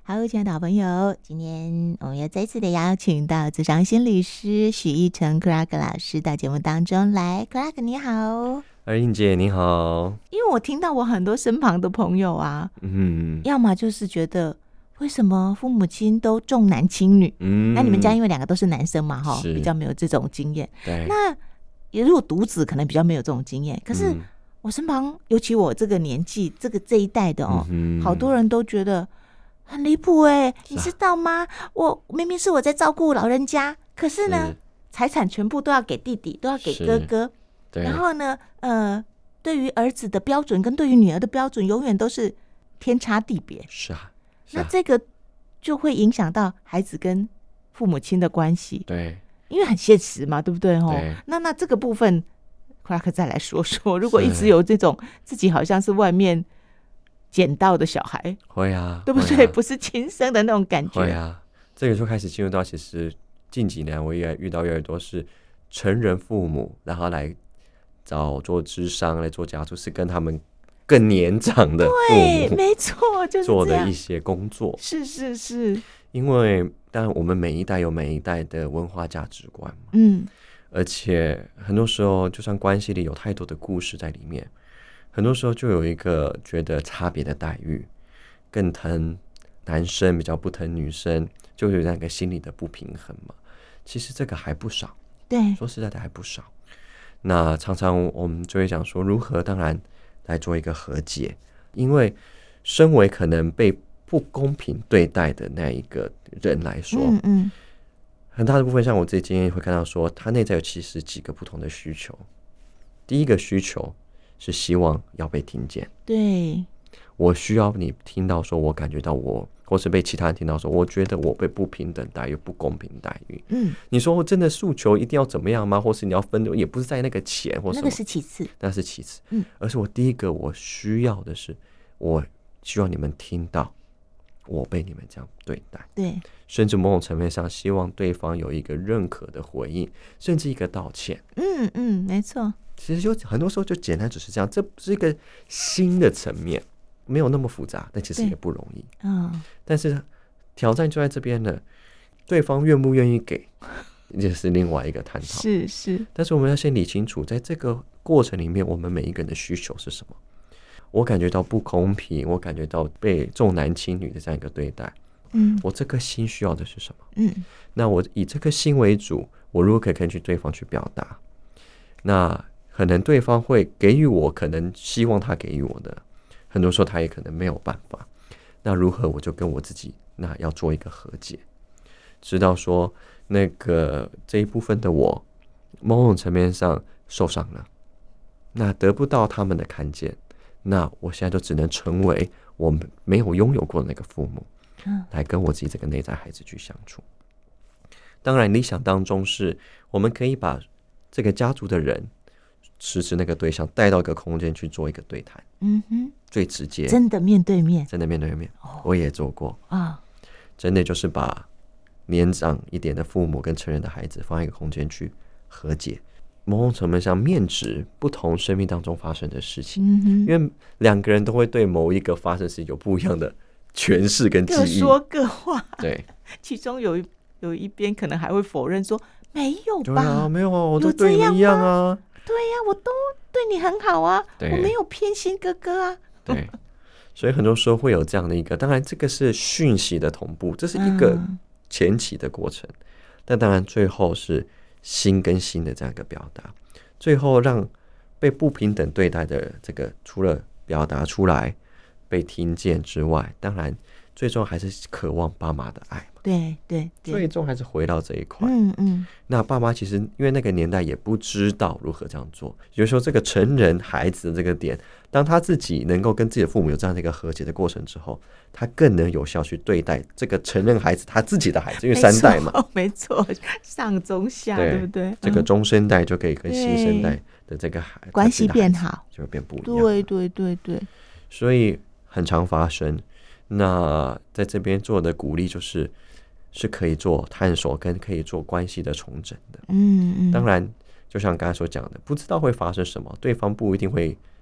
好，亲爱的好朋友，今天我们要再次的邀请到諮商心理师许奕成 Craig 老师到节目当中来。Craig 你好。 英姐你好。 因为我听到我很多身旁的朋友啊，要么就是觉得为什么父母亲都重男轻女，那你们家因为两个都是男生嘛，比较没有这种经验。 对， 那也如果独子可能比较没有这种经验，可是我身旁，尤其我这个年纪，这一代的好多人都觉得很离谱你知道吗？我明明是我在照顾老人家，可是呢，财产全部都要给弟弟，都要给哥哥。然后呢，对于儿子的标准跟对于女儿的标准，永远都是天差地别。 是啊， 那这个就会影响到孩子跟父母亲的关系。 对， 因为很现实嘛，对不对？那这个部分，克拉克再来说说，如果一直有这种自己好像是外面捡到的小孩， 会啊， 对不对？不是亲生的那种感觉。 会啊，这个就开始进入到其实近几年我也遇到越来越多是成人父母，然后来找做諮商来做家族，是跟他们更年长的父母， 对，没错，就是做的一些工作。 是是是， 因为当然我们每一代有每一代的文化价值观嘛，而且很多时候就算关系里有太多的故事在里面，很多时候就有一个觉得差别的待遇，更疼男生比较不疼女生，就有那个心理的不平衡嘛。其实这个还不少， 对， 说实在的还不少。那常常我们就会讲说，如何当然来做一个和解，因为身为可能被不公平对待的那一个人来说，很大的部分像我自己经验会看到说，他内在有其实几个不同的需求。第一个需求是希望要被听见， 对， 我需要你听到说我感觉到我，或是被其他人听到说我觉得我被不平等待遇、不公平待遇。你说我真的诉求一定要怎么样吗？或是你要分的也不是在那个钱或什么， 那个是其次， 那是其次，而是我第一个我需要的是，我希望你们听到我被你们这样对待， 对， 甚至某种层面上希望对方有一个认可的回应，甚至一个道歉。 没错。 其实就很多时候就简单只是这样，这是一个新的层面，没有那么复杂，但其实也不容易。但是挑战就在这边了，对方愿不愿意给，也是另外一个探讨。 是， 但是我们要先理清楚，在这个过程里面，我们每一个人的需求是什么。我感觉到不公平，我感觉到被重男轻女的这样一个对待，我这颗心需要的是什么？那我以这颗心为主，我如果可以根据对方去表达，那可能对方会给予我可能希望他给予我的，很多时候他也可能没有办法。那如何我就跟我自己那要做一个和解，知道说那个这一部分的我某种层面上受伤了，那得不到他们的看见，那我现在就只能成为我们没有拥有过的那个父母，来跟我自己这个内在孩子去相处。当然理想当中是我们可以把这个家族的人实质那个对象带到一个空间去做一个对谈，最直接， 真的面对面， 我也做过真的就是把年长一点的父母跟成人的孩子放在一个空间去和解，某种层面上面指不同生命当中发生的事情，因为两个人都会对某一个发生的事情有不一样的诠释跟记忆， 各说各话。 对， 其中有一边可能还会否认说没有吧， 对啊，没有啊，我都对你们一样啊， 对啊，我都对你很好啊， 我没有偏心哥哥啊。 对，所以很多时候会有这样的一个，当然这个是讯息的同步，这是一个前期的过程，但当然最后是心跟心的这样一个表达，最后让被不平等对待的这个除了表达出来被听见之外，当然最终还是渴望爸妈的爱嘛， 对， 最终还是回到这一块。那爸妈其实因为那个年代也不知道如何这样做，有时候这个成人孩子的这个点，当他自己能够跟自己的父母有这样的一个和解的过程之后，他更能有效去对待这个成人孩子他自己的孩子，因为三代嘛， 没错，上中下，对不对？ 这个中生代就可以跟新生代的这个关系变好， 就会变不一样。 对， 所以很常发生。那在这边做的鼓励就是可以做探索跟可以做关系的重整的。当然就像刚才所讲的，不知道会发生什么，对方不一定会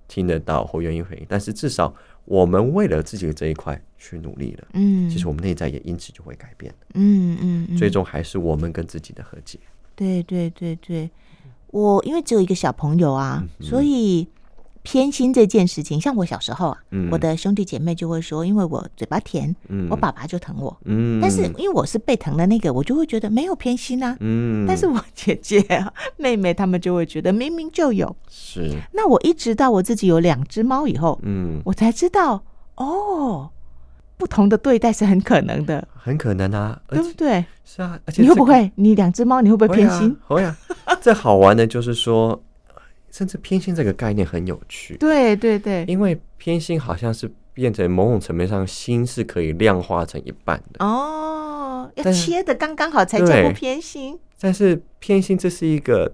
听得到或愿意回应，但是至少我们为了自己的这一块去努力了，其实我们内在也因此就会改变了，最终还是我们跟自己的和解。 对对对对，我因为只有一个小朋友啊，所以偏心这件事情，像我小时候啊，我的兄弟姐妹就会说，因为我嘴巴甜，我爸爸就疼我，但是因为我是被疼的那个，我就会觉得没有偏心啊，但是我姐姐啊、妹妹他们就会觉得明明就有。 是， 那我一直到我自己有2只猫以后，我才知道哦，不同的对待是很可能的， 很可能啊， 对不对？ 是啊，而且你会不会？你2只猫，你会不会偏心？ 会啊，这好玩的就是说。甚至偏心这个概念很有趣， 对对对， 因为偏心好像是变成某种层面上，心是可以量化成一半的哦，要切的刚刚好才叫做偏心。 但是偏心这是一个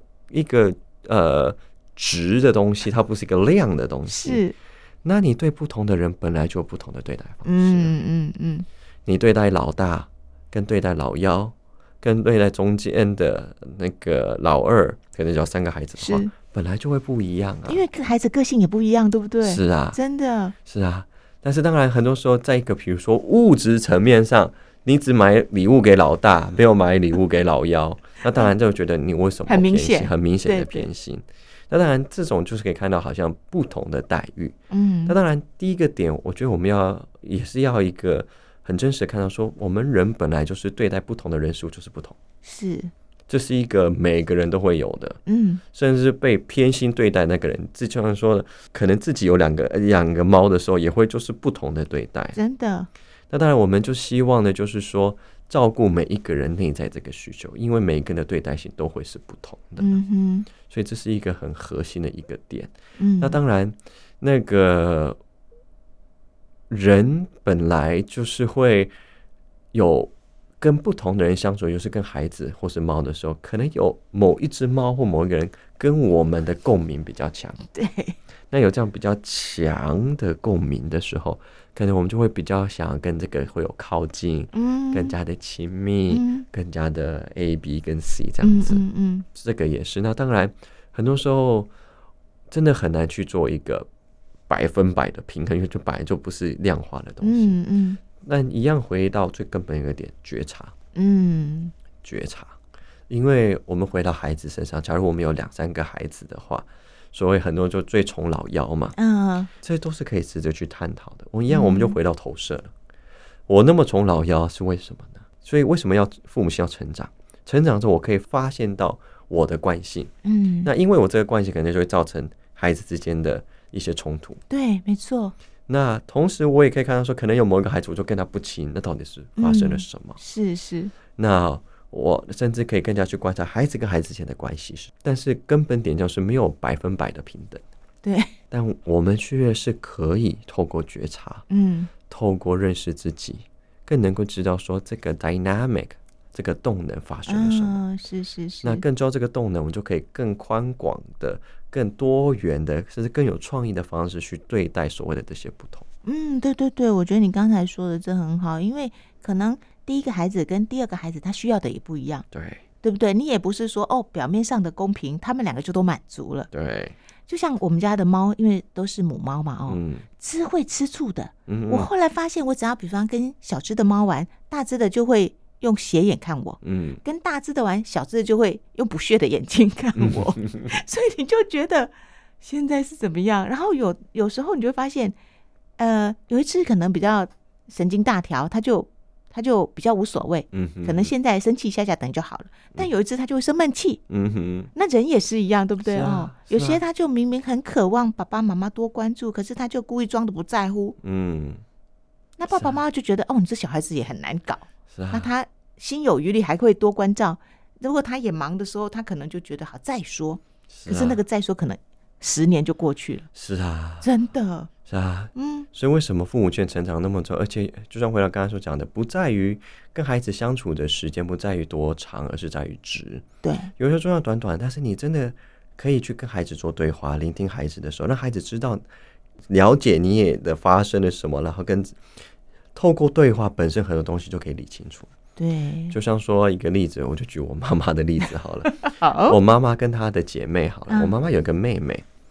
值的东西，它不是一个量的东西。 是， 那你对不同的人本来就有不同的对待方式。你对待老大，跟对待老幺，跟对待中间的那个老二，可能只要3个孩子的话，本来就会不一样啊。 因为孩子个性也不一样，对不对？ 是啊， 真的是啊。但是当然，很多时候在一个比如说物质层面上，你只买礼物给老大，没有买礼物给老幺，那当然就觉得你为什么偏心？很明显的偏心。那当然，这种就是可以看到好像不同的待遇。那当然，第一个点，我觉得我们也是要一个很真实的看到说，我们人本来就是对待不同的人事物就是不同。 是。 这是一个每个人都会有的，甚至是被偏心对待那个人，就像说，可能自己有两个猫的时候，也会就是不同的对待， 真的。 那当然，我们就希望呢，就是说照顾每一个人内在这个需求，因为每一个人的对待性都会是不同的，所以这是一个很核心的一个点。那当然，那个人本来就是会有。跟不同的人相处，尤其是跟孩子或是猫的时候，可能有某一只猫或某一个人跟我们的共鸣比较强。 对， 那有这样比较强的共鸣的时候，可能我们就会比较想要跟这个会有靠近，更加的亲密，更加的 A B 跟 C 这样子。这个也是。那当然，很多时候真的很难去做一个100%的平衡，因为就本来就不是量化的东西。那一样回到最根本一个点，觉察。觉察，因为我们回到孩子身上，假如我们有2、3个孩子的话，所谓很多就最宠老幺嘛，这都是可以值得去探讨的。我们就回到投射了。我那么宠老幺是为什么呢？所以为什么父母亲要成长？成长之后，我可以发现到我的惯性。那因为我这个惯性，可能就会造成孩子之间的一些冲突。 对，没错。 那同时我也可以看到说，可能有某一个孩子我就跟他不亲，那到底是发生了什么？ 是。 那我甚至可以更加去观察孩子跟孩子之间的关系但是根本点就是没有100%的平等。 对。 但我们却是可以透过觉察，透过认识自己，更能够知道说这个 dynamic 这个动能发生了什么。 是。 那更知道这个动能，我们就可以更宽广的、更多元的，甚至更有创意的方式去对待所谓的这些不同。 对，我觉得你刚才说的这很好，因为可能第一个孩子跟第2个孩子他需要的也不一样，对不对？你也不是说表面上的公平，他们2个就都满足了。 对， 就像我们家的猫，因为都是母猫嘛，会吃醋的。我后来发现，我只要比方跟小只的猫玩，大只的就会用斜眼看我，跟大只的玩，小只的就会用不屑的眼睛看我，所以你就觉得现在是怎么样？然后有时候你就会发现，有一只可能比较神经大条，它就比较无所谓，可能现在生气一下等就好了。但有一只它就会生闷气，那人也是一样，对不对？有些他就明明很渴望爸爸妈妈多关注，可是他就故意装的不在乎，那爸爸妈妈就觉得你这小孩子也很难搞，那他心有余力还会多关照。如果他也忙的时候，他可能就觉得好再说，可是那个再说可能10年就过去了。 是啊， 真的是啊，所以为什么父母圈成长那么久，而且就像回到刚才所讲的，不在于跟孩子相处的时间不在于多长，而是在于质。 对， 有时候重要短短，但是你真的可以去跟孩子做对话，聆听孩子的时候，让孩子知道了解你也的发生了什么，然后透过对话本身很多东西就可以理清楚。 对， 就像说一个例子，我就举我妈妈的例子好了。 好， 我妈妈跟她的姐妹好了，我妈妈有个妹妹，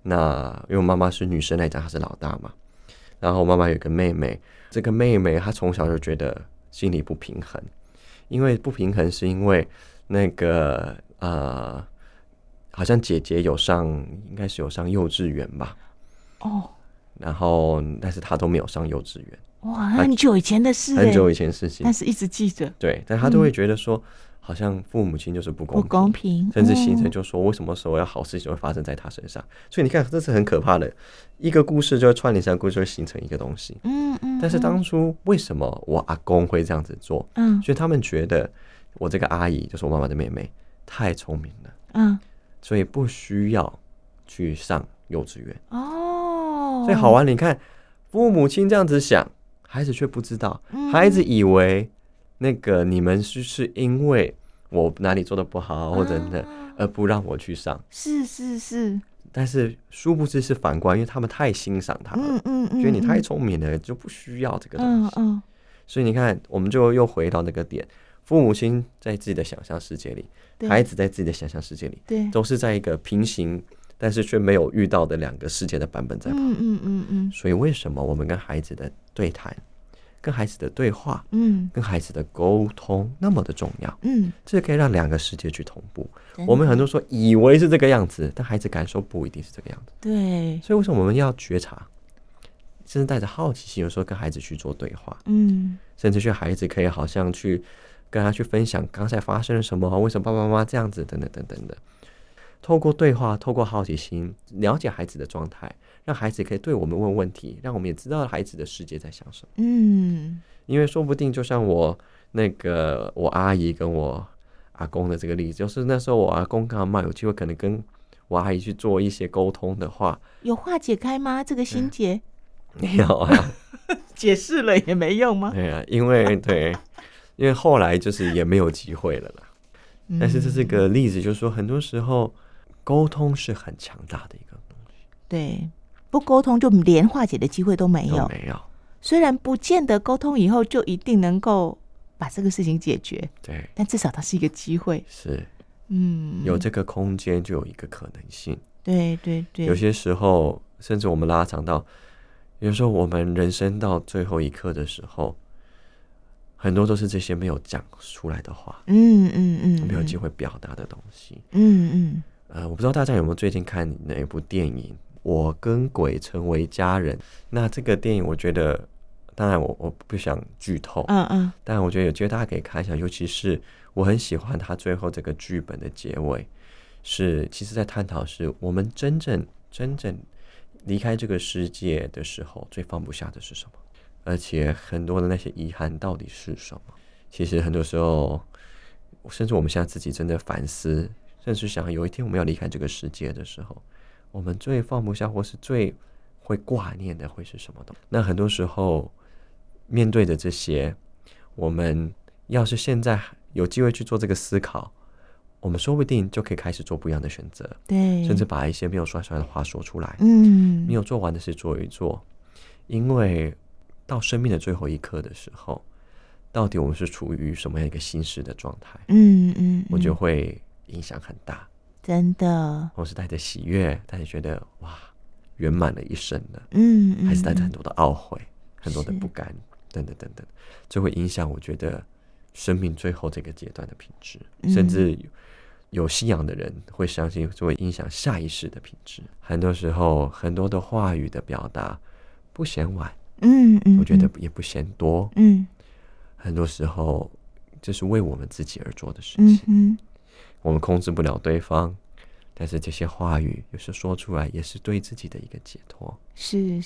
那因为我妈妈是女生来讲，她是老大嘛，然后我妈妈有一个妹妹，这个妹妹她从小就觉得心里不平衡，因为不平衡是因为那个好像姐姐应该是有上幼稚园吧，然后但是她都没有上幼稚园。 哇，很久以前的事， 很久以前的事情， 但是一直记着。 对，但她都会觉得说，好像父母亲就是不公平，甚至形成就说，为什么所有好事情会发生在她身上？所以你看，这是很可怕的一个故事，就会串联上故事，就会形成一个东西。但是当初为什么我阿公会这样子做？所以他们觉得我这个阿姨就是我妈妈的妹妹太聪明了，所以不需要去上幼稚园。所以好玩，你看父母亲这样子想。孩子却不知道，孩子以为那个你们是因为我哪里做的不好或者而不让我去上， 是， 但是殊不知是反观，因为他们太欣赏他了，觉得你太聪明了，就不需要这个东西。所以你看，我们就又回到那个点，父母亲在自己的想象世界里，孩子在自己的想象世界里，都是在一个平行但是却没有遇到的两个世界的版本在跑。所以为什么我们跟孩子的对谈、跟孩子的对话、跟孩子的沟通那么的重要？这可以让两个世界去同步。我们很多时候以为是这个样子，但孩子感受不一定是这个样子。 对， 所以为什么我们要觉察，甚至带着好奇心，有时候跟孩子去做对话，甚至去孩子可以好像去跟他去分享刚才发生了什么，为什么爸爸妈妈这样子，等等等等的。透过对话，透过好奇心，了解孩子的状态，让孩子可以对我们问问题，让我们也知道孩子的世界在想什么。因为说不定就像我阿姨跟我阿公的这个例子，就是那时候我阿公跟阿嬷有机会可能跟我阿姨去做一些沟通的话， 有化解开吗？这个心结没有啊， 解释了也没用吗？ 对啊，因为后来就是也没有机会了啦。但是这是个例子，就是说很多时候沟通是很强大的一个东西。 对，不沟通就连化解的机会都没有。虽然不见得沟通以后就一定能够把这个事情解决， 对， 但至少它是一个机会。 是，有这个空间就有一个可能性。 对， 有些时候甚至我们拉长到，有时候我们人生到最后一刻的时候，很多都是这些没有讲出来的话，没有机会表达的东西。我不知道大家有没有最近看哪一部电影《我跟鬼成为家人》？那这个电影我觉得，当然我不想剧透，但我觉得有机会大家可以看一下，尤其是我很喜欢他最后这个剧本的结尾，是其实在探讨是我们真正离开这个世界的时候，最放不下的是什么？而且很多的那些遗憾到底是什么？其实很多时候，甚至我们现在自己真的反思，甚至想有一天我们要离开这个世界的时候，我们最放不下或是最会挂念的会是什么东西？那很多时候面对的这些，我们要是现在有机会去做这个思考，我们说不定就可以开始做不一样的选择。 对， 甚至把一些没有说出来的话说出来，没有做完的事做一做。因为到生命的最后一刻的时候，到底我们是处于什么样一个心事的状态？我就会影响很大， 真的。 我是带着喜悦，带着觉得哇，圆满了一生了，还是带着很多的懊悔，很多的不甘，等等等等，这会影响我觉得生命最后这个阶段的品质，甚至有信仰的人会相信，就会影响下一世的品质。很多时候，很多的话语的表达不嫌晚，我觉得也不嫌多，很多时候这是为我们自己而做的事情，我们控制不了对方，但是这些话语有时说出来也是对自己的一个解脱。 是，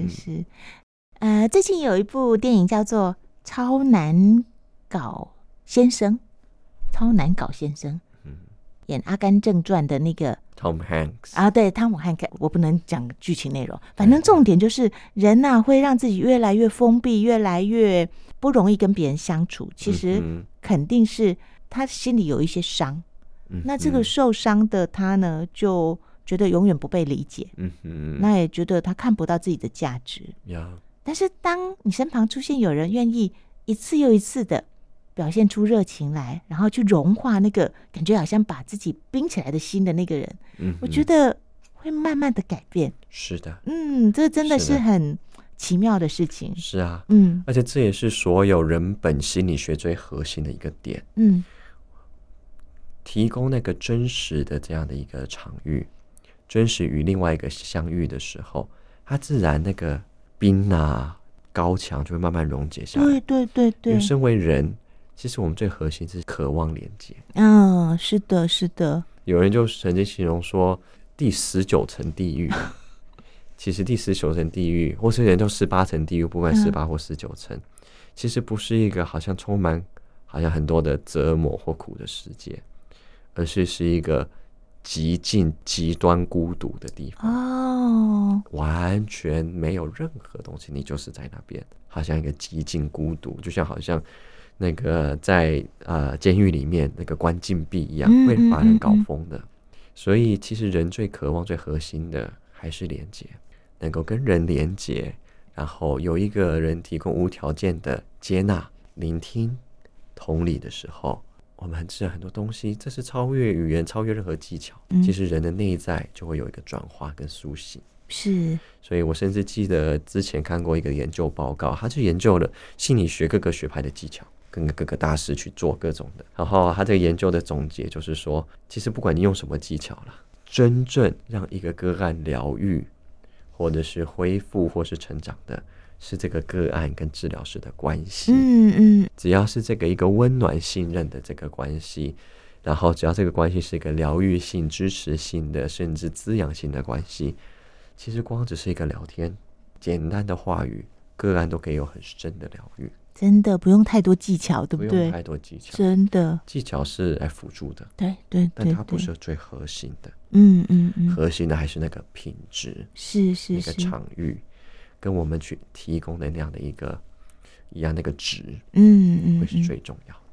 最近有一部电影叫做《超难搞先生》，演《阿甘正传》的那个 Tom Hanks 啊，对，汤姆汉克，我不能讲剧情内容，反正重点就是人啊会让自己越来越封闭，越来越不容易跟别人相处。其实肯定是他心里有一些伤，那这个受伤的他呢，就觉得永远不被理解，那也觉得他看不到自己的价值。但是当你身旁出现有人愿意一次又一次的表现出热情来，然后去融化那个感觉好像把自己冰起来的心的那个人，我觉得会慢慢的改变。 是的， 这真的是很奇妙的事情。 是啊，而且这也是所有人本心理学最核心的一个点。提供那个真实的这样的一个场域，真实与另外一个相遇的时候，它自然那个冰啊高墙就会慢慢溶解下来。 对， 因为身为人，其实我们最核心是渴望连接。 是的。 有人就曾经形容说，第19层地狱其实第19层地狱，或是人叫18层地狱，不管18或19层，其实不是一个好像充满好像很多的折磨或苦的世界，而是一个极尽极端孤独的地方。完全没有任何东西，你就是在那边，好像一个极尽孤独，就像好像那个在监狱里面那个关禁闭一样，会把人搞疯的。所以其实人最渴望最核心的还是连接，能够跟人连接，然后有一个人提供无条件的接纳、聆听、同理的时候，我们很自然很多东西，这是超越语言、超越任何技巧。其实人的内在就会有一个转化跟苏醒。 是， 所以我甚至记得之前看过一个研究报告，他就研究了心理学各个学派的技巧，跟各个大师去做各种的。然后他这个研究的总结就是说，其实不管你用什么技巧啦，真正让一个个案疗愈，或者是恢复，或是成长的，是这个个案跟治疗师的关系。只要是这个一个温暖信任的这个关系，然后只要这个关系是一个疗愈性、支持性的，甚至滋养性的关系，其实光只是一个聊天，简单的话语，个案都可以有很深的疗愈。 真的不用太多技巧，对不对？ 不用太多技巧， 真的， 技巧是来辅助的， 对， 但它不是最核心的。核心的还是那个品质， 是那个场域，跟我们去提供的那样的一样那个值，会是最重要的。